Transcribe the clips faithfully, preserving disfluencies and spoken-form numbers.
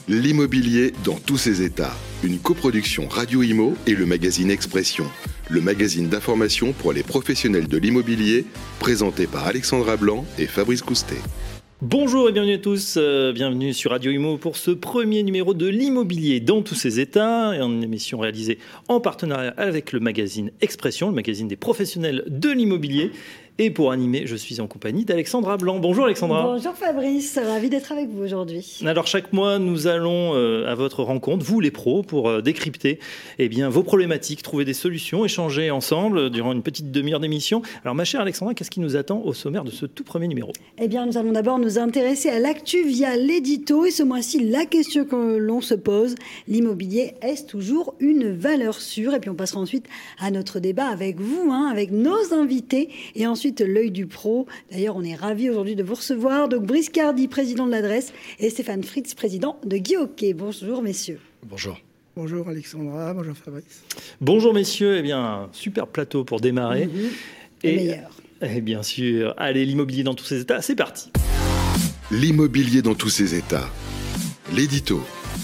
L'immobilier dans tous ses états. Une coproduction Radio Imo et le magazine Expression, le magazine d'information pour les professionnels de l'immobilier, présenté par Alexandra Blanc et Fabrice Coustet. Bonjour et bienvenue à tous, euh, bienvenue sur Radio Imo pour ce premier numéro de l'immobilier dans tous ses états, une émission réalisée en partenariat avec le magazine Expression, le magazine des professionnels de l'immobilier. Et pour animer, je suis en compagnie d'Alexandra Blanc. Bonjour Alexandra. Bonjour Fabrice, ravi d'être avec vous aujourd'hui. Alors chaque mois, nous allons euh, à votre rencontre, vous les pros, pour euh, décrypter eh bien, vos problématiques, trouver des solutions, échanger ensemble durant une petite demi-heure d'émission. Alors ma chère Alexandra, qu'est-ce qui nous attend au sommaire de ce tout premier numéro ? Eh bien, nous allons d'abord nous intéresser à l'actu via l'édito. Et ce mois-ci, la question que l'on se pose, l'immobilier est-ce toujours une valeur sûre ? Et puis on passera ensuite à notre débat avec vous, hein, avec nos invités. Et ensuite, Ensuite, l'œil du pro. D'ailleurs, on est ravis aujourd'hui de vous recevoir. Donc, Brice Cardi, président de l'Adresse, et Stéphane Fritz, président de Guy Hockey. Bonjour, messieurs. Bonjour. Bonjour Alexandra, bonjour Fabrice. Bonjour, messieurs. Eh bien, un super plateau pour démarrer. Mmh, et, le meilleur. Et bien sûr, allez, l'immobilier dans tous ses états, c'est parti. L'immobilier dans tous ses états. L'édito.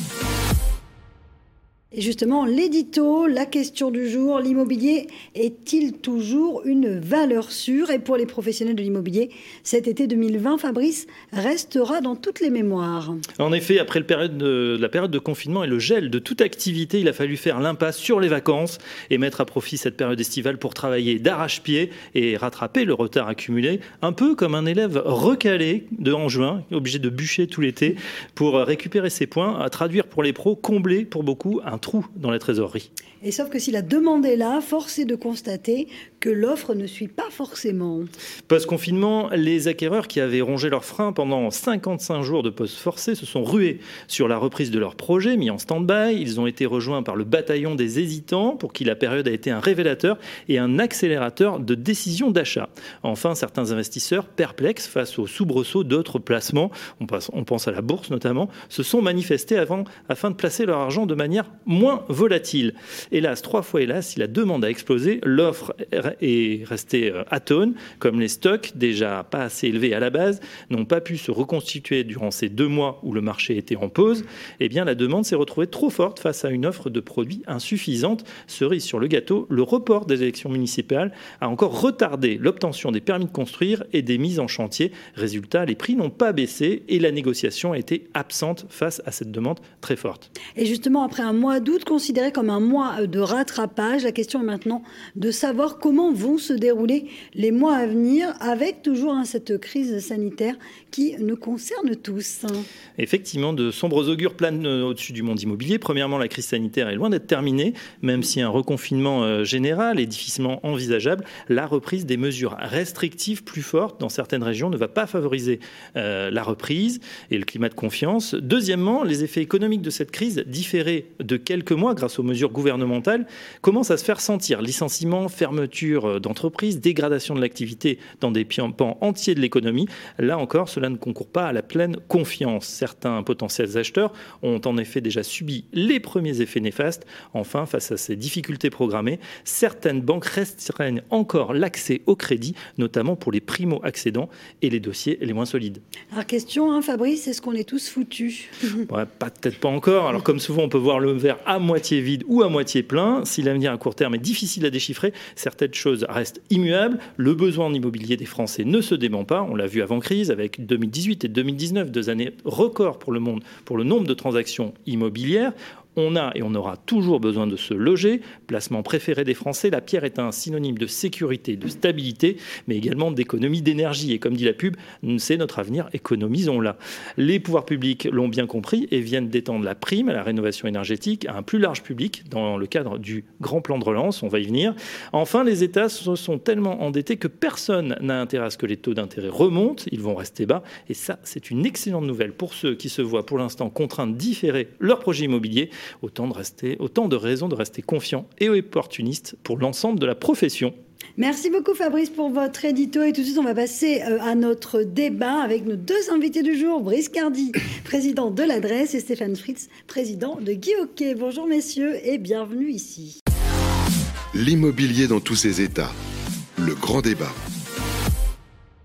Et justement, l'édito, la question du jour, l'immobilier est-il toujours une valeur sûre ? Et pour les professionnels de l'immobilier, cet été deux mille vingt, Fabrice, restera dans toutes les mémoires. En effet, après le période de, la période de confinement et le gel de toute activité, il a fallu faire l'impasse sur les vacances et mettre à profit cette période estivale pour travailler d'arrache-pied et rattraper le retard accumulé, un peu comme un élève recalé de en juin, obligé de bûcher tout l'été pour récupérer ses points, à traduire pour les pros, combler pour beaucoup un trou dans la trésorerie. Et sauf que si la demande est là, force est de constater que l'offre ne suit pas forcément. Post-confinement, les acquéreurs qui avaient rongé leurs freins pendant cinquante-cinq jours de pause forcée se sont rués sur la reprise de leur projet, mis en stand-by. Ils ont été rejoints par le bataillon des hésitants, pour qui la période a été un révélateur et un accélérateur de décisions d'achat. Enfin, certains investisseurs, perplexes face aux soubresauts d'autres placements, on, passe, on pense à la bourse notamment, se sont manifestés avant, afin de placer leur argent de manière moins volatile. Hélas, trois fois hélas, si la demande a explosé, l'offre est restée atone, comme les stocks, déjà pas assez élevés à la base, n'ont pas pu se reconstituer durant ces deux mois où le marché était en pause, eh bien la demande s'est retrouvée trop forte face à une offre de produits insuffisante. Cerise sur le gâteau, le report des élections municipales a encore retardé l'obtention des permis de construire et des mises en chantier. Résultat, les prix n'ont pas baissé et la négociation a été absente face à cette demande très forte. Et justement, après un mois d'août considéré comme un mois de rattrapage, la question est maintenant de savoir comment vont se dérouler les mois à venir, avec toujours hein, cette crise sanitaire qui nous concerne tous. Effectivement, de sombres augures planent au-dessus du monde immobilier. Premièrement, la crise sanitaire est loin d'être terminée, même si un reconfinement général est difficilement envisageable. La reprise des mesures restrictives plus fortes dans certaines régions ne va pas favoriser euh, la reprise et le climat de confiance. Deuxièmement, les effets économiques de cette crise, différés de quelques mois grâce aux mesures gouvernementales, commencent à se faire sentir. Licenciements, fermeture d'entreprises, dégradation de l'activité dans des pans entiers de l'économie. Là encore, cela ne concourt pas à la pleine confiance. Certains potentiels acheteurs ont en effet déjà subi les premiers effets néfastes. Enfin, face à ces difficultés programmées, certaines banques restreignent encore l'accès au crédit, notamment pour les primo-accédants et les dossiers les moins solides. Alors question, hein, Fabrice, est-ce qu'on est tous foutus ? Ouais, pas, peut-être pas encore. Alors comme souvent, on peut voir le verre à moitié vide ou à moitié plein. Si l'avenir à court terme est difficile à déchiffrer, certaines choses restent immuables. Le besoin en immobilier des Français ne se dément pas. On l'a vu avant crise avec deux mille dix-huit et deux mille dix-neuf, deux années records pour le monde, pour le nombre de transactions immobilières. On a et on aura toujours besoin de se loger. Placement préféré des Français, la pierre est un synonyme de sécurité, de stabilité, mais également d'économie d'énergie. Et comme dit la pub, c'est notre avenir, économisons-la. Les pouvoirs publics l'ont bien compris et viennent d'étendre la prime à la rénovation énergétique à un plus large public dans le cadre du grand plan de relance. On va y venir. Enfin, les États se sont tellement endettés que personne n'a intérêt à ce que les taux d'intérêt remontent. Ils vont rester bas. Et ça, c'est une excellente nouvelle pour ceux qui se voient pour l'instant contraints de différer leur projet immobilier. Autant de, rester, autant de raisons de rester confiants et opportunistes pour l'ensemble de la profession. Merci beaucoup Fabrice pour votre édito et tout de suite on va passer à notre débat avec nos deux invités du jour, Brice Cardi, président de l'Adresse et Stéphane Fritz, président de Guy Hockey. Bonjour messieurs et bienvenue ici. L'immobilier dans tous ses états, le grand débat.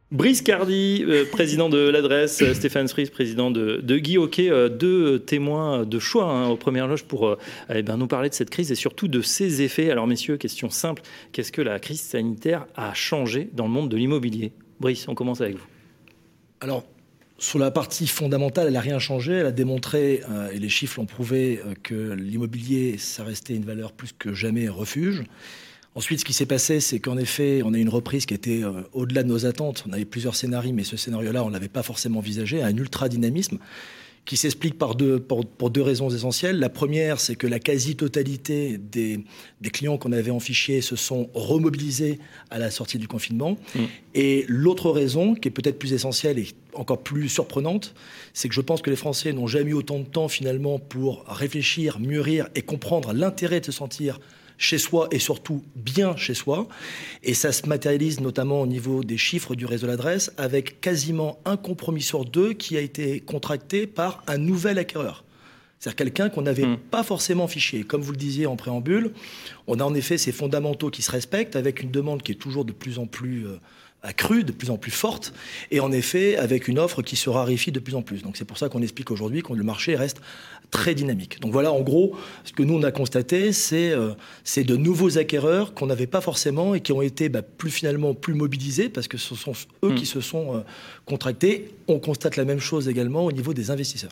Brice Cardy, euh, président de l'Adresse, euh, Stéphane Fries, président de, de Guy Hockey, euh, deux témoins de choix hein, aux premières loges pour euh, eh ben, nous parler de cette crise et surtout de ses effets. Alors messieurs, question simple, qu'est-ce que la crise sanitaire a changé dans le monde de l'immobilier ? Brice, on commence avec vous. Alors, sur la partie fondamentale, elle n'a rien changé. Elle a démontré, euh, et les chiffres l'ont prouvé, euh, que l'immobilier, ça restait une valeur plus que jamais refuge. Ensuite, ce qui s'est passé, c'est qu'en effet, on a une reprise qui était euh, au-delà de nos attentes. On avait plusieurs scénarios, mais ce scénario-là, on ne l'avait pas forcément envisagé, un ultra-dynamisme qui s'explique par deux, pour, pour deux raisons essentielles. La première, c'est que la quasi-totalité des, des clients qu'on avait en fichier se sont remobilisés à la sortie du confinement. Mmh. Et l'autre raison, qui est peut-être plus essentielle et encore plus surprenante, c'est que je pense que les Français n'ont jamais eu autant de temps finalement pour réfléchir, mûrir et comprendre l'intérêt de se sentir chez soi et surtout bien chez soi. Et ça se matérialise notamment au niveau des chiffres du réseau L'Adresse avec quasiment un compromis sur deux qui a été contracté par un nouvel acquéreur. C'est-à-dire quelqu'un qu'on n'avait mmh. pas forcément fiché. Comme vous le disiez en préambule, on a en effet ces fondamentaux qui se respectent avec une demande qui est toujours de plus en plus euh, accrue, de plus en plus forte, et en effet avec une offre qui se raréfie de plus en plus. Donc c'est pour ça qu'on explique aujourd'hui que le marché reste très dynamique. Donc voilà, en gros, ce que nous on a constaté, c'est, euh, c'est de nouveaux acquéreurs qu'on n'avait pas forcément et qui ont été bah, plus finalement plus mobilisés parce que ce sont eux mmh. qui se sont euh, contractés. On constate la même chose également au niveau des investisseurs.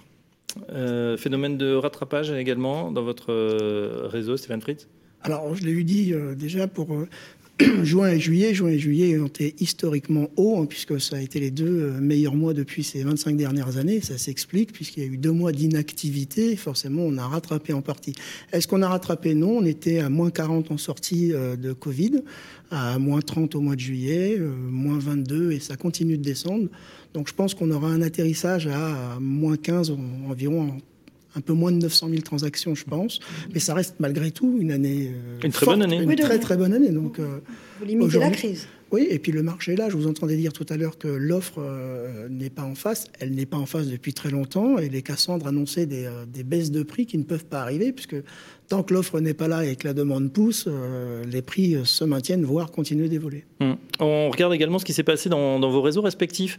Euh, phénomène de rattrapage également dans votre euh, réseau, Stéphane Fritz ? Alors, je l'ai eu dit euh, déjà pour euh, juin et juillet. Juin et juillet ont été historiquement hauts, hein, puisque ça a été les deux euh, meilleurs mois depuis ces vingt-cinq dernières années. Ça s'explique, puisqu'il y a eu deux mois d'inactivité. Forcément, on a rattrapé en partie. Est-ce qu'on a rattrapé ? Non. On était à moins quarante en sortie euh, de Covid, à moins trente au mois de juillet, euh, moins vingt-deux, et ça continue de descendre. Donc je pense qu'on aura un atterrissage à moins quinze, environ un peu moins de neuf cent mille transactions, je pense. Mais ça reste malgré tout une année euh, Une très forte, bonne année. Une oui, très très bonne année. Donc, euh, vous limitez la crise. Oui, et puis le marché est là. Je vous entendais dire tout à l'heure que l'offre euh, n'est pas en face. Elle n'est pas en face depuis très longtemps. Et les Cassandres annonçaient des, euh, des baisses de prix qui ne peuvent pas arriver, puisque tant que l'offre n'est pas là et que la demande pousse, euh, les prix se maintiennent, voire continuent d'évoluer. Mmh. On regarde également ce qui s'est passé dans, dans vos réseaux respectifs.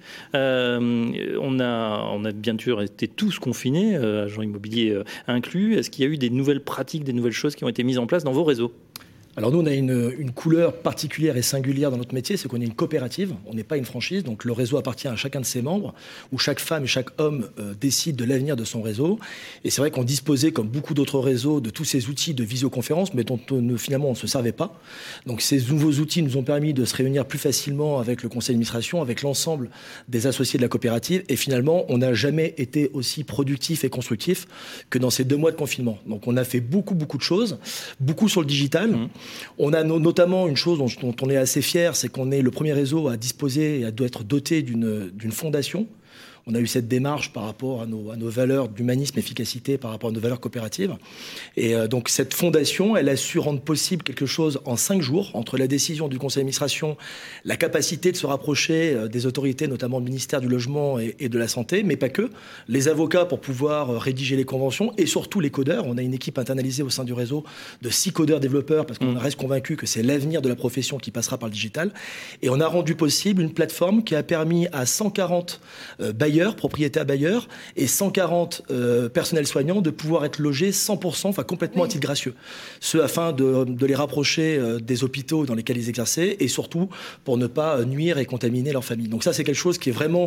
Euh, on, a, on a bien sûr été tous confinés, euh, agents immobiliers euh, inclus. Est-ce qu'il y a eu des nouvelles pratiques, des nouvelles choses qui ont été mises en place dans vos réseaux ? Alors nous, on a une, une couleur particulière et singulière dans notre métier, c'est qu'on est une coopérative, on n'est pas une franchise, donc le réseau appartient à chacun de ses membres, où chaque femme et chaque homme euh, décide de l'avenir de son réseau. Et c'est vrai qu'on disposait, comme beaucoup d'autres réseaux, de tous ces outils de visioconférence, mais dont on, finalement on ne se servait pas. Donc ces nouveaux outils nous ont permis de se réunir plus facilement avec le conseil d'administration, avec l'ensemble des associés de la coopérative, et finalement on n'a jamais été aussi productif et constructif que dans ces deux mois de confinement. Donc on a fait beaucoup, beaucoup de choses, beaucoup sur le digital. Mmh. On a no- notamment une chose dont, dont on est assez fier, c'est qu'on est le premier réseau à disposer et à doit être doté d'une, d'une fondation. On a eu cette démarche par rapport à nos, à nos valeurs d'humanisme, efficacité, par rapport à nos valeurs coopératives. Et euh, donc cette fondation, elle a su rendre possible quelque chose en cinq jours, entre la décision du conseil d'administration, la capacité de se rapprocher euh, des autorités, notamment le ministère du Logement et, et de la Santé, mais pas que, les avocats pour pouvoir euh, rédiger les conventions, et surtout les codeurs. On a une équipe internalisée au sein du réseau de six codeurs développeurs, parce qu'on mmh. reste convaincu que c'est l'avenir de la profession qui passera par le digital. Et on a rendu possible une plateforme qui a permis à cent quarante euh, bailleurs, propriétaires bailleurs, et cent quarante euh, personnels soignants de pouvoir être logés cent pour cent, enfin complètement oui. à titre gracieux. Ce afin de, de les rapprocher euh, des hôpitaux dans lesquels ils exerçaient, et surtout pour ne pas nuire et contaminer leur famille. Donc ça, c'est quelque chose qui est vraiment...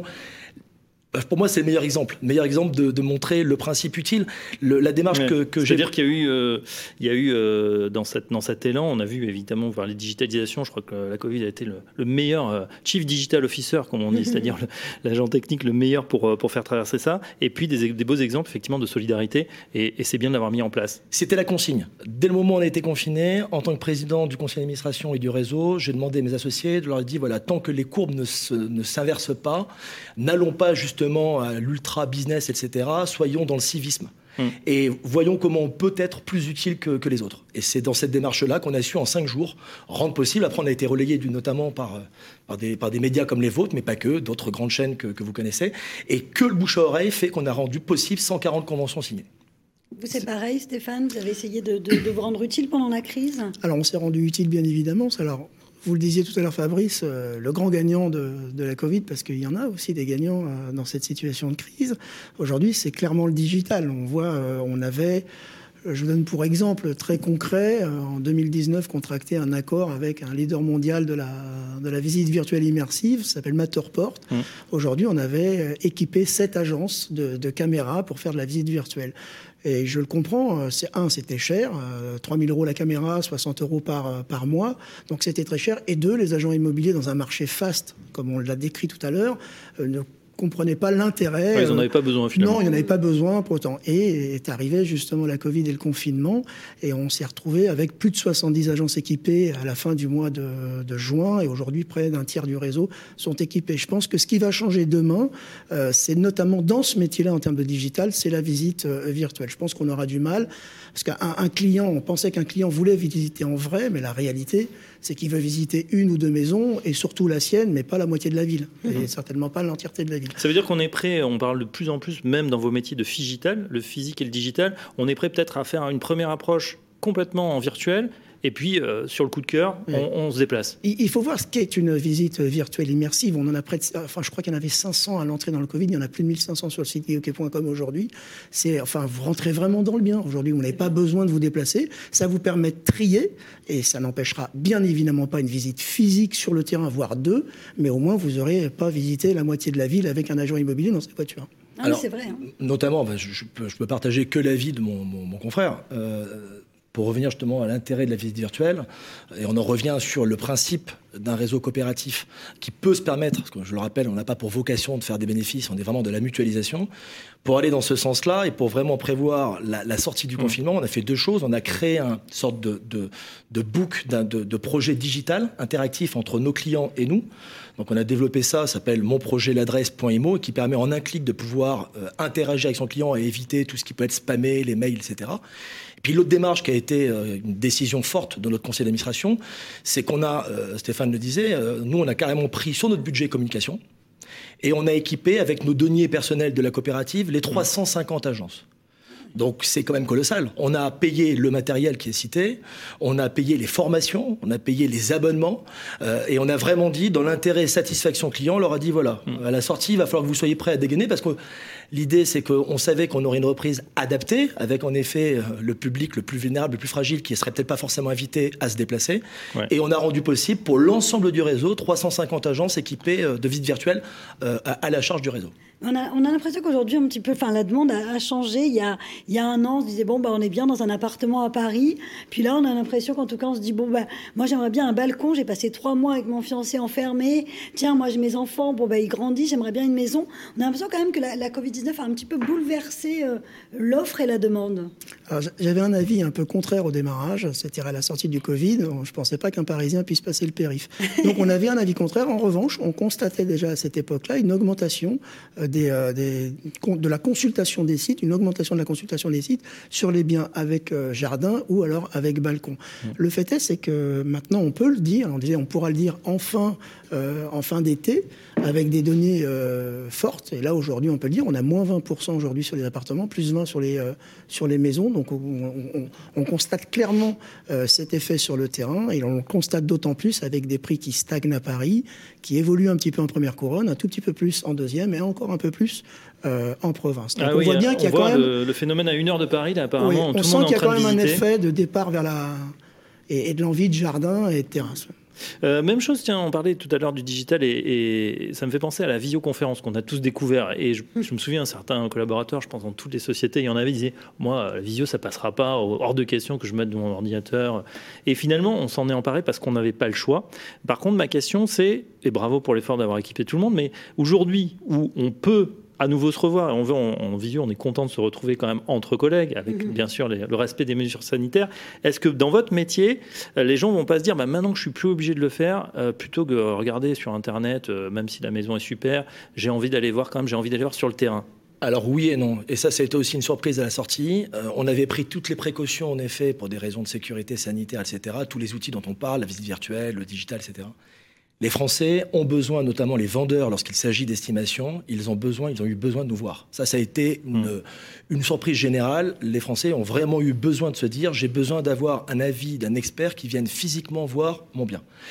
Pour moi, c'est le meilleur exemple. Le meilleur exemple de, de montrer le principe utile. Le, la démarche ouais. que, que j'ai... C'est-à-dire qu'il y a eu, euh, il y a eu euh, dans, cette, dans cet élan, on a vu évidemment voir les digitalisations. Je crois que la Covid a été le, le meilleur euh, Chief Digital Officer, comme on dit, c'est-à-dire le, l'agent technique le meilleur pour, pour faire traverser ça. Et puis des, des beaux exemples, effectivement, de solidarité. Et, et c'est bien de l'avoir mis en place. C'était la consigne. Dès le moment où on a été confinés, en tant que président du conseil d'administration et du réseau, j'ai demandé à mes associés, je leur ai dit, voilà, tant que les courbes ne, se, ne s'inversent pas, n'allons pas justement à l'ultra-business, et cetera, soyons dans le civisme. Hum. Et voyons comment on peut être plus utile que, que les autres. Et c'est dans cette démarche-là qu'on a su en cinq jours rendre possible. Après, on a été relayé notamment par, par, des, par des médias comme les vôtres, mais pas que, d'autres grandes chaînes que, que vous connaissez. Et que le bouche à oreille fait qu'on a rendu possible cent quarante conventions signées. Vous, c'est pareil, Stéphane, vous avez essayé de, de, de vous rendre utile pendant la crise ? Alors, on s'est rendu utile, bien évidemment. Alors, Vous le disiez tout à l'heure, Fabrice, euh, le grand gagnant de, de la Covid, parce qu'il y en a aussi des gagnants euh, dans cette situation de crise, aujourd'hui, c'est clairement le digital. On voit, euh, on avait... Je vous donne pour exemple très concret, en deux mille dix-neuf, contracté un accord avec un leader mondial de la, de la visite virtuelle immersive, ça s'appelle Matterport. Mmh. Aujourd'hui, on avait équipé sept agences de, de caméras pour faire de la visite virtuelle. Et je le comprends, c'est, un, c'était cher, euh, trois mille euros la caméra, soixante euros par, par mois, donc c'était très cher. Et deux, les agents immobiliers dans un marché fast, comme on l'a décrit tout à l'heure, euh, ne comprenaient pas l'intérêt. Ouais, ils n'en avaient pas besoin, finalement. Non, ils n'en avaient pas besoin pour autant. Et est arrivé justement la Covid et le confinement, et on s'est retrouvé avec plus de soixante-dix agences équipées à la fin du mois de, de juin, et aujourd'hui, près d'un tiers du réseau sont équipés. Je pense que ce qui va changer demain, euh, c'est notamment dans ce métier-là, en termes de digital, c'est la visite euh, virtuelle. Je pense qu'on aura du mal, parce qu'un un client, on pensait qu'un client voulait visiter en vrai, mais la réalité, c'est qu'il veut visiter une ou deux maisons, et surtout la sienne, mais pas la moitié de la ville, mmh. et certainement pas l'entièreté de la ville. Ça veut dire qu'on est prêt, on parle de plus en plus, même dans vos métiers de figital, le physique et le digital, on est prêt peut-être à faire une première approche complètement en virtuel, et puis euh, sur le coup de cœur, oui. on, on se déplace. Il, il faut voir ce qu'est une visite virtuelle immersive. On en a près de, enfin, je crois qu'il y en avait cinq cents à l'entrée dans le Covid, il y en a plus de mille cinq cents sur le site guy hockey point com aujourd'hui. C'est, enfin, vous rentrez vraiment dans le bien. Aujourd'hui, vous n'avez pas besoin de vous déplacer. Ça vous permet de trier, et ça n'empêchera bien évidemment pas une visite physique sur le terrain, voire deux, mais au moins vous n'aurez pas visité la moitié de la ville avec un agent immobilier dans sa voiture. Ah, Alors, c'est vrai. Hein. Notamment, je, je, peux, je peux partager que l'avis de mon, mon, mon confrère. Euh, Pour revenir justement à l'intérêt de la visite virtuelle, et on en revient sur le principe d'un réseau coopératif qui peut se permettre, parce que je le rappelle, on n'a pas pour vocation de faire des bénéfices, on est vraiment de la mutualisation. Pour aller dans ce sens-là et pour vraiment prévoir la, la sortie du mmh. confinement, on a fait deux choses. On a créé une sorte de, de, de book, de, de projet digital interactif entre nos clients et nous. Donc on a développé ça, ça s'appelle mon projet l'adresse point imo, et qui permet en un clic de pouvoir euh, interagir avec son client et éviter tout ce qui peut être spammé, les mails, et cetera. Et puis l'autre démarche qui a été euh, une décision forte de notre conseil d'administration, c'est qu'on a, euh, Stéphane le disait, euh, nous on a carrément pris sur notre budget communication et on a équipé avec nos deniers personnels de la coopérative les trois cent cinquante agences. Donc c'est quand même colossal. On a payé le matériel qui est cité, on a payé les formations, on a payé les abonnements, euh, et on a vraiment dit, dans l'intérêt satisfaction client, on leur a dit voilà, mmh. à la sortie, il va falloir que vous soyez prêts à dégainer, parce que l'idée c'est qu'on savait qu'on aurait une reprise adaptée, avec en effet le public le plus vulnérable, le plus fragile, qui ne serait peut-être pas forcément invité à se déplacer. Ouais. Et on a rendu possible pour l'ensemble du réseau trois cent cinquante agences équipées de visites virtuelles euh, à, à la charge du réseau. On a, on a l'impression qu'aujourd'hui, un petit peu, enfin, la demande a, a changé. Il y a, il y a un an, on se disait, bon, bah, on est bien dans un appartement à Paris. Puis là, on a l'impression qu'en tout cas, on se dit, bon, bah, moi, j'aimerais bien un balcon. J'ai passé trois mois avec mon fiancé enfermé. Tiens, moi, j'ai mes enfants. Bon, bah, ils grandissent. J'aimerais bien une maison. On a l'impression quand même que la, la covid dix-neuf a un petit peu bouleversé euh, l'offre et la demande. Alors, j'avais un avis un peu contraire au démarrage. C'était à la sortie du Covid. Je ne pensais pas qu'un Parisien puisse passer le périph'. Donc, on avait un avis contraire. En revanche, on constatait déjà à cette époque-là une augmentation euh, des, euh, des de la consultation des sites, une augmentation de la consultation des sites sur les biens avec euh, jardin ou alors avec balcon. Mmh. Le fait est, c'est que maintenant, on peut le dire, on disait, on pourra le dire enfin, euh, en fin d'été, avec des données euh, fortes. Et là, aujourd'hui, on peut le dire, on a moins vingt pour cent aujourd'hui sur les appartements, plus vingt sur les, euh, sur les maisons. Donc, on, on, on constate clairement euh, cet effet sur le terrain. Et on le constate d'autant plus avec des prix qui stagnent à Paris, qui évoluent un petit peu en première couronne, un tout petit peu plus en deuxième et encore un peu plus euh, en province. Donc, ah on oui, voit bien on qu'il y a voit quand même... Le, le phénomène à une heure de Paris, là, apparemment, oui, tout on le sent monde qu'il y a est en train quand même de un visiter. effet de départ vers la... et, et de l'envie de jardin et de terrain. Euh, même chose, tiens, on parlait tout à l'heure du digital et, et ça me fait penser à la visioconférence qu'on a tous découvert. Et je, je me souviens, certains collaborateurs, je pense dans toutes les sociétés, il y en avait, ils disaient moi, la visio, ça passera pas, hors de question que je mette mon ordinateur. Et finalement, on s'en est emparé parce qu'on n'avait pas le choix. Par contre, ma question, c'est, et bravo pour l'effort d'avoir équipé tout le monde, mais aujourd'hui, où on peut à nouveau se revoir. Et on veut en, en visio, on est content de se retrouver quand même entre collègues, avec mmh. bien sûr les, le respect des mesures sanitaires. Est-ce que dans votre métier, les gens vont pas se dire, bah, maintenant que je suis plus obligé de le faire, euh, plutôt que de regarder sur Internet, euh, même si la maison est super, j'ai envie d'aller voir quand même, j'ai envie d'aller voir sur le terrain? Alors oui et non. Et ça, ça a été aussi une surprise à la sortie. Euh, on avait pris toutes les précautions, en effet, pour des raisons de sécurité sanitaire, et cetera. Tous les outils dont on parle, la visite virtuelle, le digital, et cetera. Les Français ont besoin, notamment les vendeurs, lorsqu'il s'agit d'estimation, ils ont besoin, ils ont eu besoin de nous voir. Ça, ça a été une, mmh. une surprise générale. Les Français ont vraiment eu besoin de se dire, j'ai besoin d'avoir un avis d'un expert qui vienne physiquement voir mon bien.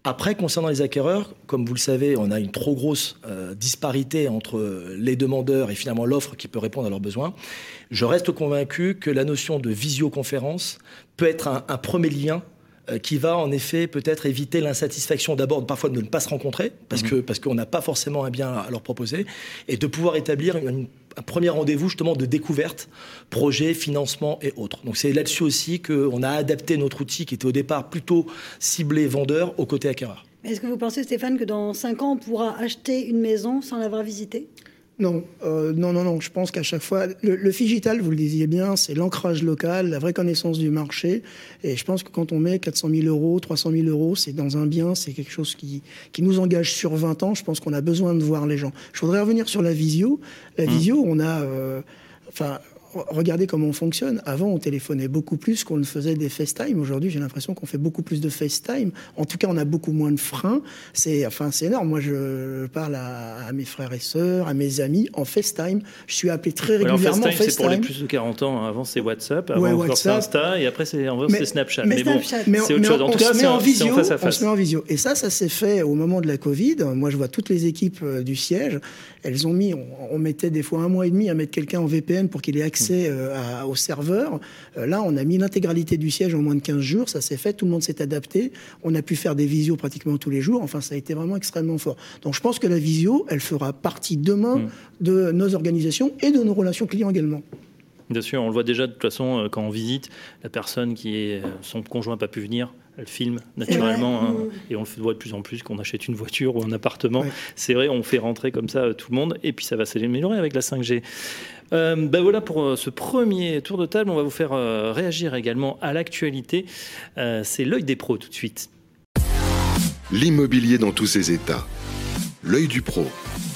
Après, concernant les acquéreurs, comme vous le savez, on a une trop grosse euh, disparité entre les demandeurs et finalement l'offre qui peut répondre à leurs besoins. Je reste convaincu que la notion de visioconférence peut être un, un premier lien euh, qui va en effet peut-être éviter l'insatisfaction d'abord parfois de ne pas se rencontrer parce mmh. que parce qu'on n'a pas forcément un bien à leur proposer et de pouvoir établir une, une un premier rendez-vous justement de découverte, projet, financement et autres. Donc c'est là-dessus aussi qu'on a adapté notre outil qui était au départ plutôt ciblé vendeur au côté acquéreur. Est-ce que vous pensez, Stéphane, que dans cinq ans, on pourra acheter une maison sans l'avoir visitée ? Non, euh, non, non, non. Je pense qu'à chaque fois, le, le Figital, vous le disiez bien, c'est l'ancrage local, la vraie connaissance du marché. Et je pense que quand on met quatre cent mille euros, trois cent mille euros, c'est dans un bien, c'est quelque chose qui, qui nous engage sur vingt ans. Je pense qu'on a besoin de voir les gens. Je voudrais revenir sur la visio. La mmh. visio, on a, euh, enfin. Regardez comment on fonctionne. Avant, on téléphonait beaucoup plus qu'on ne faisait des FaceTime. Aujourd'hui, j'ai l'impression qu'on fait beaucoup plus de FaceTime. En tout cas, on a beaucoup moins de freins. C'est, enfin, c'est énorme. Moi, je parle à, à mes frères et sœurs, à mes amis en FaceTime. Je suis appelé très régulièrement en FaceTime. FaceTime, c'est pour les plus de quarante ans. Avant, c'est WhatsApp. Avant, ouais, encore, WhatsApp. c'est Insta. Et après, c'est, en vrai, mais, c'est Snapchat. Mais, mais Snapchat. bon, mais c'est autre chose. En tout cas, c'est en, visio, face à face. On se met en visio. Et ça, ça s'est fait au moment de la Covid. Moi, je vois toutes les équipes du siège. Elles ont mis, on, on mettait des fois un mois et demi à mettre quelqu'un en V P N pour qu'il ait accès euh, à, au serveur. Euh, là, on a mis l'intégralité du siège en moins de quinze jours. Ça s'est fait, tout le monde s'est adapté. On a pu faire des visios pratiquement tous les jours. Enfin, ça a été vraiment extrêmement fort. Donc, je pense que la visio, elle fera partie demain mmh. de nos organisations et de nos relations clients également. Bien sûr, on le voit déjà de toute façon quand on visite, la personne qui est son conjoint n'a pas pu venir, elle filme naturellement, hein, et on le voit de plus en plus qu'on achète une voiture ou un appartement. Ouais. C'est vrai, on fait rentrer comme ça tout le monde, et puis ça va s'améliorer avec la cinq G. Euh, ben voilà pour euh, ce premier tour de table. On va vous faire euh, réagir également à l'actualité. Euh, c'est l'œil des pros tout de suite. L'immobilier dans tous ses états. L'œil du pro.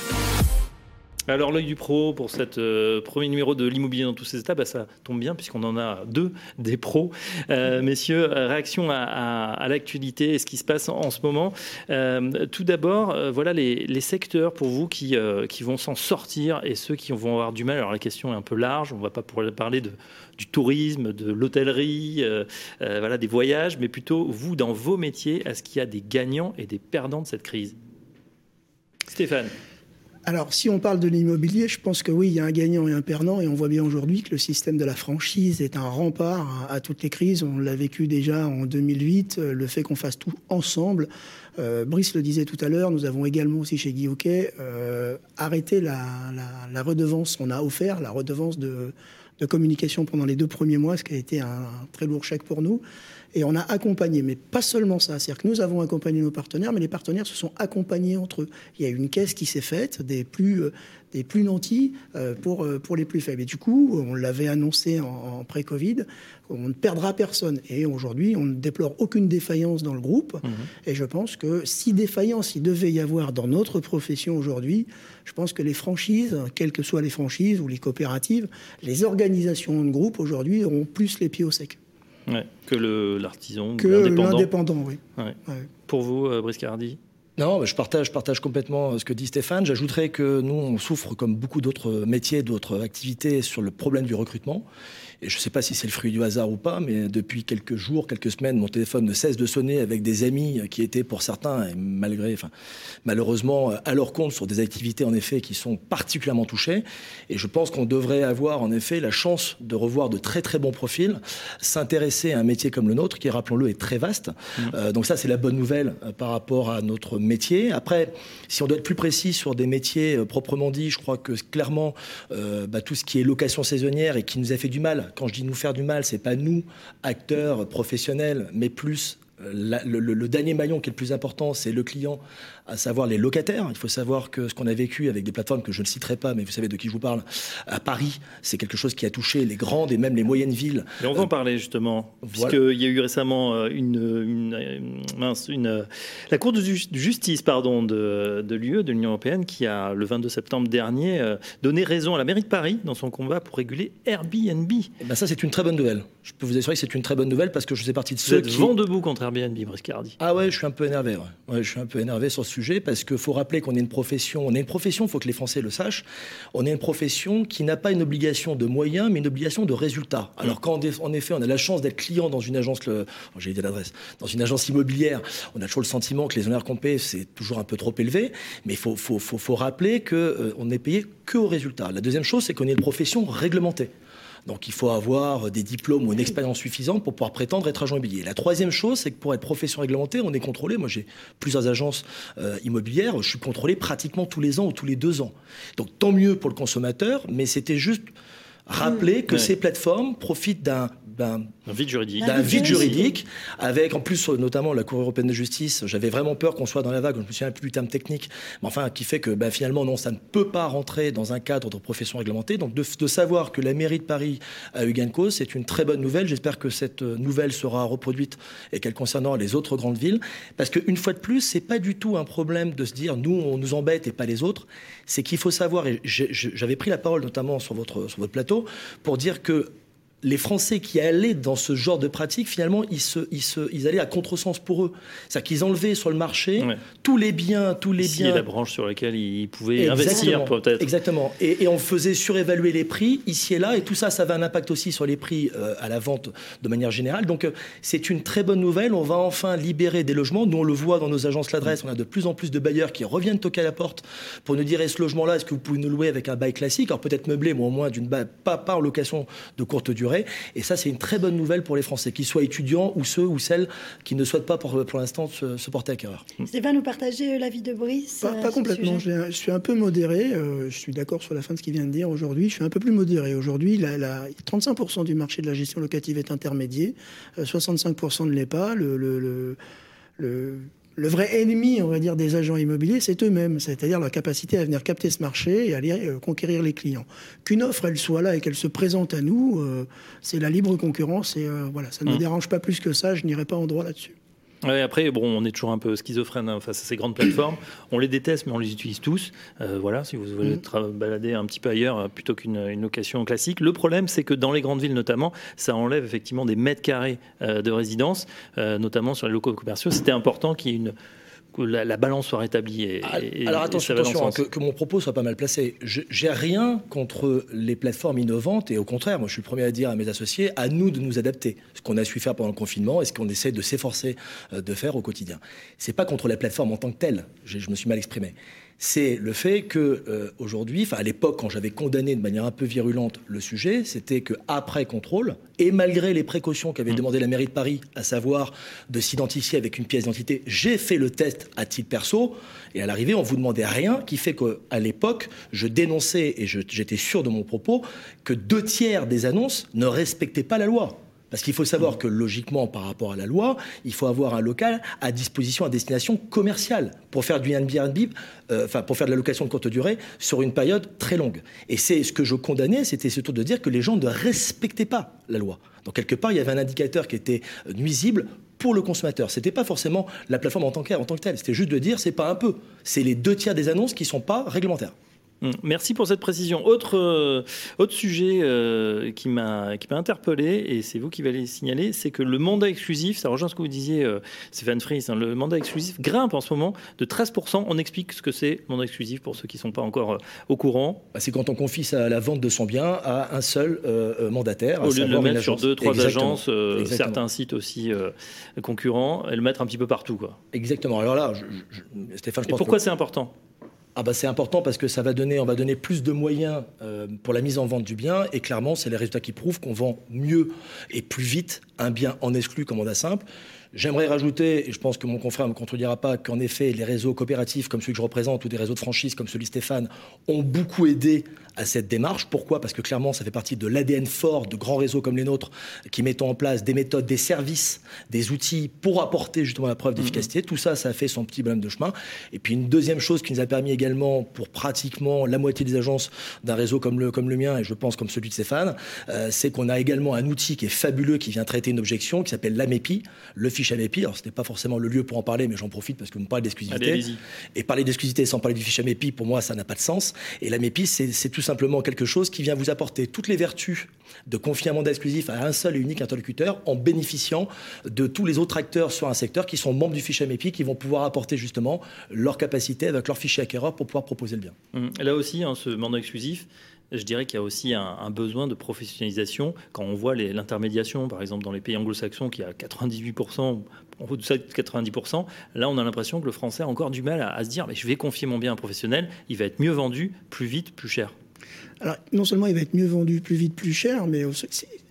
Alors l'œil du pro pour cette euh, premier numéro de l'immobilier dans tous ses états, bah, ça tombe bien puisqu'on en a deux des pros. Euh, messieurs, réaction à, à, à l'actualité et ce qui se passe en, en ce moment. Euh, tout d'abord, euh, voilà les, les secteurs pour vous qui, euh, qui vont s'en sortir et ceux qui vont avoir du mal. Alors la question est un peu large, on ne va pas pouvoir parler de, du tourisme, de l'hôtellerie, euh, euh, voilà, des voyages, mais plutôt vous dans vos métiers, est-ce qu'il y a des gagnants et des perdants de cette crise ? Stéphane. Alors, si on parle de l'immobilier, je pense que oui, il y a un gagnant et un perdant, et on voit bien aujourd'hui que le système de la franchise est un rempart à, à toutes les crises. On l'a vécu déjà en deux mille huit, le fait qu'on fasse tout ensemble. Euh, Brice le disait tout à l'heure, nous avons également aussi chez Guy Hockey euh, arrêté la, la, la redevance, on a offert la redevance de, de communication pendant les deux premiers mois, ce qui a été un, un très lourd chèque pour nous. Et on a accompagné, mais pas seulement ça. C'est-à-dire que nous avons accompagné nos partenaires, mais les partenaires se sont accompagnés entre eux. Il y a une caisse qui s'est faite, des plus, euh, des plus nantis euh, pour, euh, pour les plus faibles. Et du coup, on l'avait annoncé en, en pré-Covid, on ne perdra personne. Et aujourd'hui, on ne déplore aucune défaillance dans le groupe. Mmh. Et je pense que si défaillance il devait y avoir dans notre profession aujourd'hui, je pense que les franchises, quelles que soient les franchises ou les coopératives, les organisations de groupe aujourd'hui auront plus les pieds au sec. Ouais, que le, l'artisan, que l'indépendant. l'indépendant, oui. Ouais. Ouais. Pour vous, euh, Brice Cardi ? Non, je partage, je partage complètement ce que dit Stéphane. J'ajouterais que nous, on souffre, comme beaucoup d'autres métiers, d'autres activités, sur le problème du recrutement. Et je ne sais pas si c'est le fruit du hasard ou pas, mais depuis quelques jours, quelques semaines, mon téléphone ne cesse de sonner avec des amis qui étaient, pour certains, et malgré, enfin, malheureusement, à leur compte sur des activités, en effet, qui sont particulièrement touchées. Et je pense qu'on devrait avoir, en effet, la chance de revoir de très, très bons profils, s'intéresser à un métier comme le nôtre, qui, rappelons-le, est très vaste. Mmh. Euh, donc ça, c'est la bonne nouvelle euh, par rapport à notre métier. Après, si on doit être plus précis sur des métiers euh, proprement dit, je crois que, clairement, euh, bah, tout ce qui est location saisonnière et qui nous a fait du mal. Quand je dis nous faire du mal, c'est pas nous, acteurs professionnels, mais plus la, le, le, le dernier maillon qui est le plus important, c'est le client, à savoir les locataires. Il faut savoir que ce qu'on a vécu avec des plateformes que je ne citerai pas, mais vous savez de qui je vous parle, à Paris, c'est quelque chose qui a touché les grandes et même les moyennes villes. Et on va en parler justement, voilà. Puisqu'il y a eu récemment une, une, une, mince, une, la Cour de justice pardon, de, de l'U E, de l'Union européenne, qui a, le vingt-deux septembre dernier, donné raison à la mairie de Paris dans son combat pour réguler Airbnb. Et ben ça, c'est une très bonne nouvelle. Je peux vous assurer que c'est une très bonne nouvelle parce que je fais partie de vous ceux êtes qui... vent debout contre Airbnb, Brice Cardi. Ah ouais, je suis un peu énervé. Ouais. Ouais, je suis un peu énervé sur ce sujet. sujet, parce qu'il faut rappeler qu'on est une profession, on est une profession, il faut que les Français le sachent, on est une profession qui n'a pas une obligation de moyens, mais une obligation de résultats. Alors quand en effet on a la chance d'être client dans une agence, le, oh, j'ai dit l'adresse, dans une agence immobilière, on a toujours le sentiment que les honoraires qu'on paie, c'est toujours un peu trop élevé, mais il faut, faut, faut, faut rappeler qu'on euh, n'est payé que au résultat. La deuxième chose, c'est qu'on est une profession réglementée. Donc il faut avoir des diplômes ou une expérience suffisante pour pouvoir prétendre être agent immobilier. La troisième chose, c'est que pour être profession réglementée, on est contrôlé. Moi, j'ai plusieurs agences euh, immobilières. Je suis contrôlé pratiquement tous les ans ou tous les deux ans. Donc tant mieux pour le consommateur, mais c'était juste rappeler que ouais. ces plateformes profitent d'un... d'un Un vide juridique. D'un vide juridique, avec en plus notamment la Cour européenne de justice. J'avais vraiment peur qu'on soit dans la vague, je ne me souviens plus du terme technique, mais enfin qui fait que bah, finalement non, ça ne peut pas rentrer dans un cadre de profession réglementée. Donc de, de savoir que la mairie de Paris a eu gain de cause, c'est une très bonne nouvelle. J'espère que cette nouvelle sera reproduite et qu'elle concernera les autres grandes villes, parce qu'une fois de plus, c'est pas du tout un problème de se dire nous on nous embête et pas les autres. C'est qu'il faut savoir, et j'avais pris la parole notamment sur votre sur votre plateau pour dire que les Français qui allaient dans ce genre de pratique, finalement, ils, se, ils, se, ils allaient à contresens pour eux. C'est-à-dire qu'ils enlevaient sur le marché ouais. tous les biens, tous les Ici biens... la branche sur laquelle ils pouvaient exactement, investir, peut-être. Exactement. Et, et on faisait surévaluer les prix, ici et là, et tout ça, ça avait un impact aussi sur les prix euh, à la vente de manière générale. Donc, euh, c'est une très bonne nouvelle. On va enfin libérer des logements. Nous, on le voit dans nos agences L'Adresse. On a de plus en plus de bailleurs qui reviennent toquer à la porte pour nous dire, est-ce ce logement-là, est-ce que vous pouvez nous louer avec un bail classique? Alors, peut-être meublé, mais au moins d'une ba... pas, pas en location de courte durée. Et ça, c'est une très bonne nouvelle pour les Français, qu'ils soient étudiants ou ceux ou celles qui ne souhaitent pas pour, pour l'instant se, se porter acquéreur. Stéphane, vous partagez l'avis de Brice? Pas, pas complètement. Je, je suis un peu modéré. Euh, je suis d'accord sur la fin de ce qu'il vient de dire aujourd'hui. Je suis un peu plus modéré. Aujourd'hui, la, la, trente-cinq pour cent du marché de la gestion locative est intermédié. Euh, soixante-cinq pour cent ne l'est pas. Le... le, le, le Le vrai ennemi, on va dire, des agents immobiliers, c'est eux-mêmes, c'est-à-dire leur capacité à venir capter ce marché et aller euh, conquérir les clients. Qu'une offre, elle soit là et qu'elle se présente à nous, euh, c'est la libre concurrence et euh, voilà, ça ne mmh. me dérange pas plus que ça, je n'irai pas en droit là-dessus. Ouais, après, bon, on est toujours un peu schizophrène hein, face à ces grandes plateformes. On les déteste, mais on les utilise tous. Euh, voilà, si vous voulez tra- balader un petit peu ailleurs euh, plutôt qu'une une location classique. Le problème, c'est que dans les grandes villes notamment, ça enlève effectivement des mètres carrés euh, de résidence, euh, notamment sur les locaux commerciaux. C'était important qu'il y ait une... que la, la balance soit rétablie. Et, et, Alors attention, attention que, que mon propos soit pas mal placé. Je, j'ai rien contre les plateformes innovantes et au contraire, moi je suis le premier à dire à mes associés, à nous de nous adapter. Ce qu'on a su faire pendant le confinement et ce qu'on essaie de s'efforcer de faire au quotidien. C'est pas contre la plateforme en tant que telle. Je, je me suis mal exprimé. C'est le fait que euh, aujourd'hui, enfin à l'époque quand j'avais condamné de manière un peu virulente le sujet, c'était que après contrôle et malgré les précautions qu'avait mmh. demandé la mairie de Paris, à savoir de s'identifier avec une pièce d'identité, j'ai fait le test à titre perso et à l'arrivée on vous demandait rien, qui fait qu'à l'époque je dénonçais et je, j'étais sûr de mon propos que deux tiers des annonces ne respectaient pas la loi. Parce qu'il faut savoir que, logiquement, par rapport à la loi, il faut avoir un local à disposition, à destination commerciale, pour faire du Airbnb, euh, enfin, pour faire de la location de courte durée sur une période très longue. Et c'est ce que je condamnais, c'était surtout de dire que les gens ne respectaient pas la loi. Donc, quelque part, il y avait un indicateur qui était nuisible pour le consommateur. C'était pas forcément la plateforme en tant que, en tant que telle. C'était juste de dire, c'est pas un peu. C'est les deux tiers des annonces qui sont pas réglementaires. Merci pour cette précision. Autre, euh, autre sujet euh, qui m'a, qui m'a interpellé, et c'est vous qui allez le signaler, c'est que le mandat exclusif, ça rejoint ce que vous disiez, euh, Stéphane Fries, hein, le mandat exclusif grimpe en ce moment de treize pour cent. On explique ce que c'est, le mandat exclusif, pour ceux qui ne sont pas encore euh, au courant. Bah, c'est quand on confie ça, la vente de son bien à un seul euh, mandataire. Au lieu de le mettre sur deux, trois Exactement. agences, euh, certains sites aussi euh, concurrents, et le mettre un petit peu partout, quoi. Exactement. Alors là, je, je, Stéphane, je pense et pourquoi que... c'est important ? Ah bah c'est important parce que ça va donner, on va donner plus de moyens euh, pour la mise en vente du bien et clairement c'est les résultats qui prouvent qu'on vend mieux et plus vite un bien en exclu comme mandat simple. J'aimerais rajouter, et je pense que mon confrère ne me contredira pas, qu'en effet les réseaux coopératifs comme celui que je représente ou des réseaux de franchise comme celui de Stéphane ont beaucoup aidé à cette démarche. Pourquoi ? Parce que clairement ça fait partie de l'A D N fort de grands réseaux comme les nôtres qui mettent en place des méthodes, des services, des outils pour apporter justement la preuve d'efficacité. Mmh. Tout ça, ça a fait son petit bonhomme de chemin. Et puis une deuxième chose qui nous a permis également pour pratiquement la moitié des agences d'un réseau comme le, comme le mien et je pense comme celui de Stéphane, euh, c'est qu'on a également un outil qui est fabuleux qui vient traiter une objection qui s'appelle l'A M E P I, le fichier fiche Amepi. Alors, ce n'est pas forcément le lieu pour en parler, mais j'en profite parce que vous me parlez d'exclusivité. Allez, allez-y. Et parler d'exclusivité sans parler du fiche Amepi, pour moi, ça n'a pas de sens. Et l'Amepi, c'est, c'est tout simplement quelque chose qui vient vous apporter toutes les vertus de confier un mandat exclusif à un seul et unique interlocuteur en bénéficiant de tous les autres acteurs sur un secteur qui sont membres du fichier Amepi, qui vont pouvoir apporter justement leur capacité avec leur fichier acquéreur pour pouvoir proposer le bien. Là aussi, hein, ce mandat exclusif, je dirais qu'il y a aussi un, un besoin de professionnalisation. Quand on voit les, l'intermédiation, par exemple, dans les pays anglo-saxons, qui a quatre-vingt-dix-huit pour cent, en haut de ça, quatre-vingt-dix pour cent, là, on a l'impression que le français a encore du mal à, à se dire mais je vais confier mon bien à un professionnel, il va être mieux vendu, plus vite, plus cher. Alors, non seulement il va être mieux vendu plus vite, plus cher, mais aussi,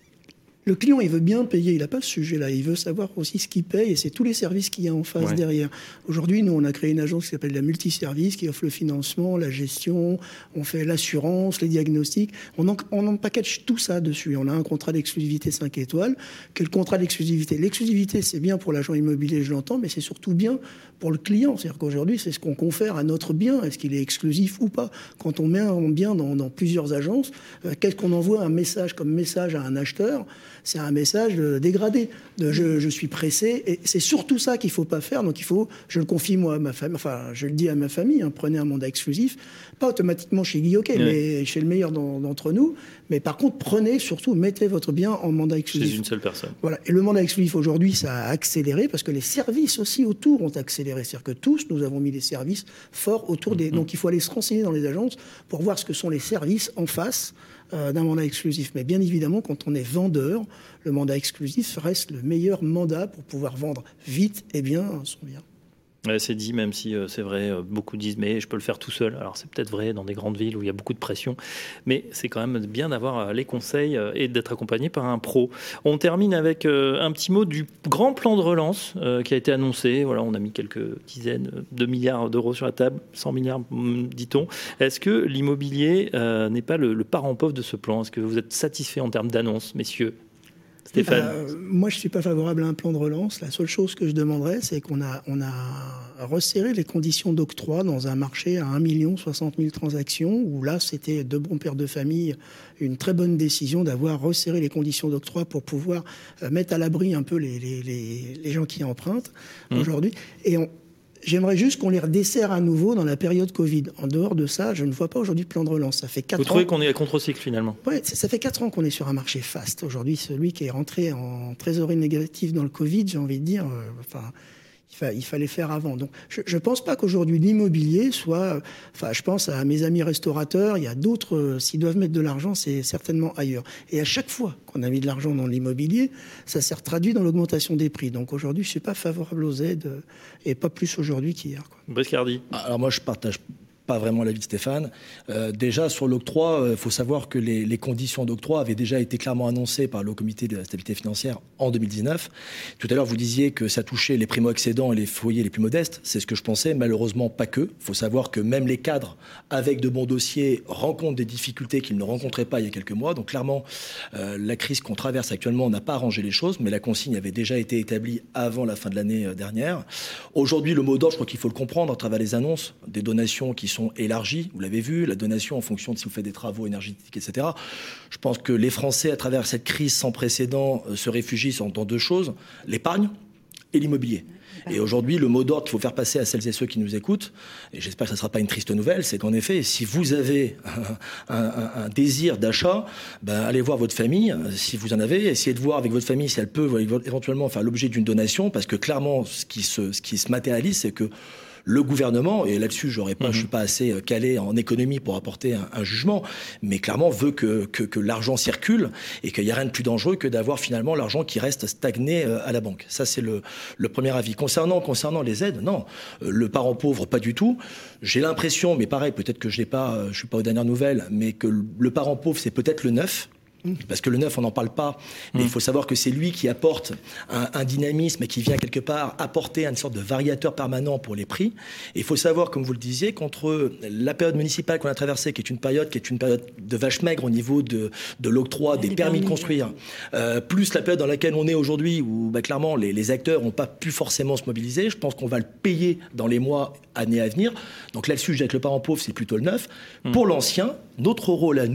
le client, il veut bien payer. Il n'a pas ce sujet-là. Il veut savoir aussi ce qu'il paye et c'est tous les services qu'il y a en face ouais. derrière. Aujourd'hui, nous, on a créé une agence qui s'appelle la Multiservice, qui offre le financement, la gestion, on fait l'assurance, les diagnostics. On en, on en package tout ça dessus. On a un contrat d'exclusivité cinq étoiles. Quel contrat d'exclusivité ? L'exclusivité, c'est bien pour l'agent immobilier, je l'entends, mais c'est surtout bien pour le client. C'est-à-dire qu'aujourd'hui, c'est ce qu'on confère à notre bien. Est-ce qu'il est exclusif ou pas ? Quand on met un bien dans, dans plusieurs agences, euh, qu'est-ce qu'on envoie un message comme message à un acheteur ? C'est un message dégradé, de je, je suis pressé, et c'est surtout ça qu'il ne faut pas faire. Donc il faut, je le confie moi à ma famille, enfin je le dis à ma famille, hein, prenez un mandat exclusif, pas automatiquement chez Guy Hockey, ouais. mais chez le meilleur d'entre nous. Mais par contre, prenez surtout, mettez votre bien en mandat exclusif. Chez une seule personne. Voilà. Et le mandat exclusif aujourd'hui, ça a accéléré parce que les services aussi autour ont accéléré. C'est-à-dire que tous, nous avons mis des services forts autour des. Mm-hmm. Donc il faut aller se renseigner dans les agences pour voir ce que sont les services en face euh, d'un mandat exclusif. Mais bien évidemment, quand on est vendeur, le mandat exclusif reste le meilleur mandat pour pouvoir vendre vite et bien son bien. Ouais, c'est dit, même si euh, c'est vrai, euh, beaucoup disent mais je peux le faire tout seul. Alors c'est peut-être vrai dans des grandes villes où il y a beaucoup de pression, mais c'est quand même bien d'avoir euh, les conseils euh, et d'être accompagné par un pro. On termine avec euh, un petit mot du grand plan de relance euh, qui a été annoncé. Voilà, on a mis quelques dizaines de milliards d'euros sur la table, cent milliards dit-on. Est-ce que l'immobilier euh, n'est pas le, le parent pauvre de ce plan ? Est-ce que vous êtes satisfait en termes d'annonce, messieurs ? Stéphane. Euh, moi, je ne suis pas favorable à un plan de relance. La seule chose que je demanderais, c'est qu'on a, on a resserré les conditions d'octroi dans un marché à un million soixante mille transactions, où là, c'était de bons pères de famille, une très bonne décision d'avoir resserré les conditions d'octroi pour pouvoir euh, mettre à l'abri un peu les, les, les, les gens qui empruntent mmh. aujourd'hui. Et on, J'aimerais juste qu'on les redessert à nouveau dans la période Covid. En dehors de ça, je ne vois pas aujourd'hui de plan de relance. Ça fait quatre ans. Vous trouvez qu'on est à contre-cycle finalement ? Oui, ça fait quatre ans qu'on est sur un marché faste. Aujourd'hui, celui qui est rentré en trésorerie négative dans le Covid, j'ai envie de dire, euh, enfin, il, fa- il fallait faire avant. Donc, je ne pense pas qu'aujourd'hui l'immobilier soit. Euh, enfin, je pense à mes amis restaurateurs. Il y a d'autres. Euh, s'ils doivent mettre de l'argent, c'est certainement ailleurs. Et à chaque fois qu'on a mis de l'argent dans l'immobilier, ça s'est traduit dans l'augmentation des prix. Donc aujourd'hui, je ne suis pas favorable aux aides, euh, et pas plus aujourd'hui qu'hier. Brescardi. Alors moi, je partage pas vraiment l'avis de Stéphane. Euh, déjà, sur l'octroi, il euh, faut savoir que les, les conditions d'octroi avaient déjà été clairement annoncées par le Comité de la stabilité financière en deux mille dix-neuf. Tout à l'heure, vous disiez que ça touchait les primo-accédants et les foyers les plus modestes. C'est ce que je pensais. Malheureusement, pas que. Il faut savoir que même les cadres, avec de bons dossiers, rencontrent des difficultés qu'ils ne rencontraient pas il y a quelques mois. Donc clairement, euh, la crise qu'on traverse actuellement n'a pas arrangé les choses, mais la consigne avait déjà été établie avant la fin de l'année dernière. Aujourd'hui, le mot d'ordre, je crois qu'il faut le comprendre à travers les annonces, des donations qui sont élargies, vous l'avez vu, la donation en fonction de si vous faites des travaux énergétiques, et cetera. Je pense que les Français, à travers cette crise sans précédent, se réfugient dans deux choses, l'épargne et l'immobilier. Et aujourd'hui, le mot d'ordre qu'il faut faire passer à celles et ceux qui nous écoutent, et j'espère que ce ne sera pas une triste nouvelle, c'est qu'en effet, si vous avez un, un, un désir d'achat, ben, allez voir votre famille, si vous en avez, essayez de voir avec votre famille si elle peut éventuellement faire l'objet d'une donation, parce que clairement, ce qui se, ce qui se matérialise, c'est que le gouvernement, et là-dessus, j'aurais pas, mmh. je suis pas assez calé en économie pour apporter un, un jugement, mais clairement veut que, que, que l'argent circule et qu'il n'y a rien de plus dangereux que d'avoir finalement l'argent qui reste stagné à la banque. Ça, c'est le, le premier avis. Concernant, concernant les aides, non. Le parent pauvre, pas du tout. J'ai l'impression, mais pareil, peut-être que je n'ai pas, je suis pas aux dernières nouvelles, mais que le parent pauvre, c'est peut-être le neuf. Parce que le neuf, on n'en parle pas, mais mmh. il faut savoir que c'est lui qui apporte un, un dynamisme et qui vient quelque part apporter une sorte de variateur permanent pour les prix. Et il faut savoir, comme vous le disiez, qu'entre la période municipale qu'on a traversée, qui est une période qui est une période de vache maigre au niveau de, de l'octroi, des, des permis, permis de construire, euh, plus la période dans laquelle on est aujourd'hui, où bah, clairement les, les acteurs n'ont pas pu forcément se mobiliser, je pense qu'on va le payer dans les mois, années à venir. Donc là-dessus, avec le parent pauvre, c'est plutôt le neuf. Mmh. Pour l'ancien, notre rôle à nous,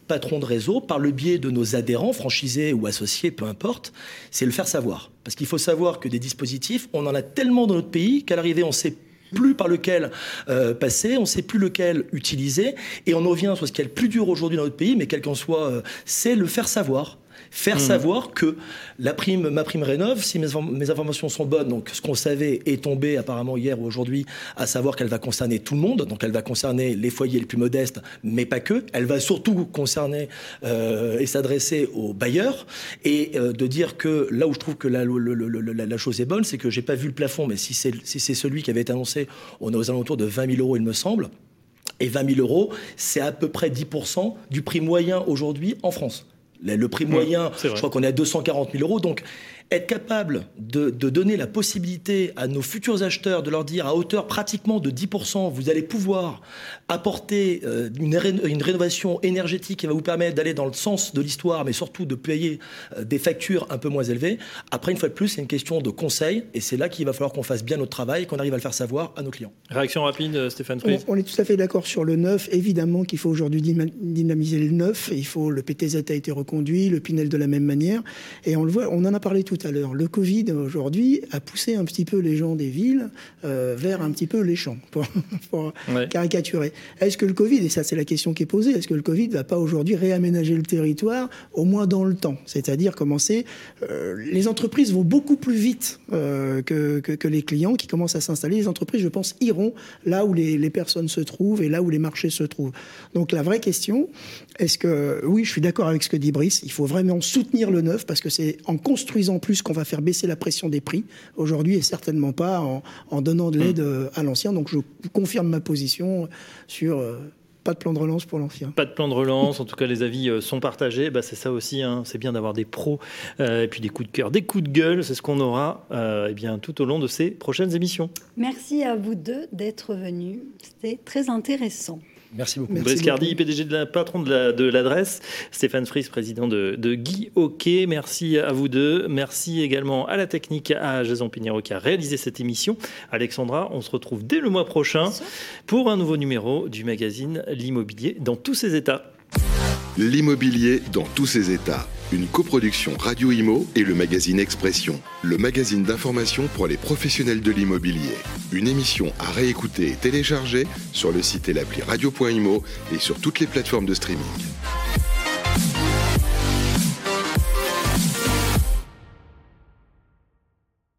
patron de réseau, par le biais de nos adhérents, franchisés ou associés, peu importe, c'est le faire savoir. Parce qu'il faut savoir que des dispositifs, on en a tellement dans notre pays qu'à l'arrivée, on sait plus par lequel euh, passer, on ne sait plus lequel utiliser, et on en revient sur ce qui est le plus dur aujourd'hui dans notre pays, mais quel qu'en soit, euh, c'est le faire savoir. Faire mmh. savoir que la prime, ma prime rénov', si mes, mes informations sont bonnes, donc ce qu'on savait est tombé apparemment hier ou aujourd'hui, à savoir qu'elle va concerner tout le monde, donc elle va concerner les foyers les plus modestes, mais pas que. Elle va surtout concerner euh, et s'adresser aux bailleurs, et euh, de dire que là où je trouve que la, le, le, le, la, la chose est bonne, c'est que j'ai pas vu le plafond, mais si c'est, si c'est celui qui avait été annoncé, on est aux alentours de vingt mille euros, il me semble. Et vingt mille euros, c'est à peu près dix pour cent du prix moyen aujourd'hui en France. Le prix moyen, mmh, je crois qu'on est à deux cent quarante mille euros. Donc, être capable de, de donner la possibilité à nos futurs acheteurs de leur dire à hauteur pratiquement de dix pour cent, vous allez pouvoir apporter euh, une, ré, une rénovation énergétique qui va vous permettre d'aller dans le sens de l'histoire, mais surtout de payer euh, des factures un peu moins élevées. Après, une fois de plus, c'est une question de conseil, et c'est là qu'il va falloir qu'on fasse bien notre travail et qu'on arrive à le faire savoir à nos clients. Réaction rapide, Stéphane Fries. On, on est tout à fait d'accord sur le neuf. Évidemment qu'il faut aujourd'hui dynamiser le neuf. Il faut, le P T Z a été reconduit, le Pinel de la même manière. Et on le voit, on en a parlé tout à l'heure. Le Covid, aujourd'hui, a poussé un petit peu les gens des villes euh, vers un petit peu les champs, pour, pour ouais. caricaturer. Est-ce que le Covid, et ça c'est la question qui est posée, est-ce que le Covid ne va pas aujourd'hui réaménager le territoire, au moins dans le temps ? C'est-à-dire commencer... Euh, les entreprises vont beaucoup plus vite euh, que, que, que les clients qui commencent à s'installer. Les entreprises, je pense, iront là où les, les personnes se trouvent et là où les marchés se trouvent. Donc la vraie question, est-ce que... Oui, je suis d'accord avec ce que dit Brice, il faut vraiment soutenir le neuf, parce que c'est en construisant plus qu'on va faire baisser la pression des prix aujourd'hui, et certainement pas en, en donnant de l'aide mmh. à l'ancien. Donc je confirme ma position sur euh, pas de plan de relance pour l'ancien. Pas de plan de relance, en tout cas les avis euh, sont partagés. Bah, c'est ça aussi, hein. C'est bien d'avoir des pros euh, et puis des coups de cœur, des coups de gueule. C'est ce qu'on aura euh, eh bien, tout au long de ces prochaines émissions. Merci à vous deux d'être venus. C'était très intéressant. Merci beaucoup. Brice Cardi, P D G de la patron de, la, de l'adresse, Stéphane Fries, président de, de Guy Hockey. Merci à vous deux. Merci également à la technique, à Jason Pinheiro qui a réalisé cette émission. Alexandra, on se retrouve dès le mois prochain pour un nouveau numéro du magazine L'Immobilier dans tous ses états. L'immobilier dans tous ses états. Une coproduction Radio Imo et le magazine Expression, le magazine d'information pour les professionnels de l'immobilier. Une émission à réécouter et télécharger sur le site et l'appli radio point imo et sur toutes les plateformes de streaming.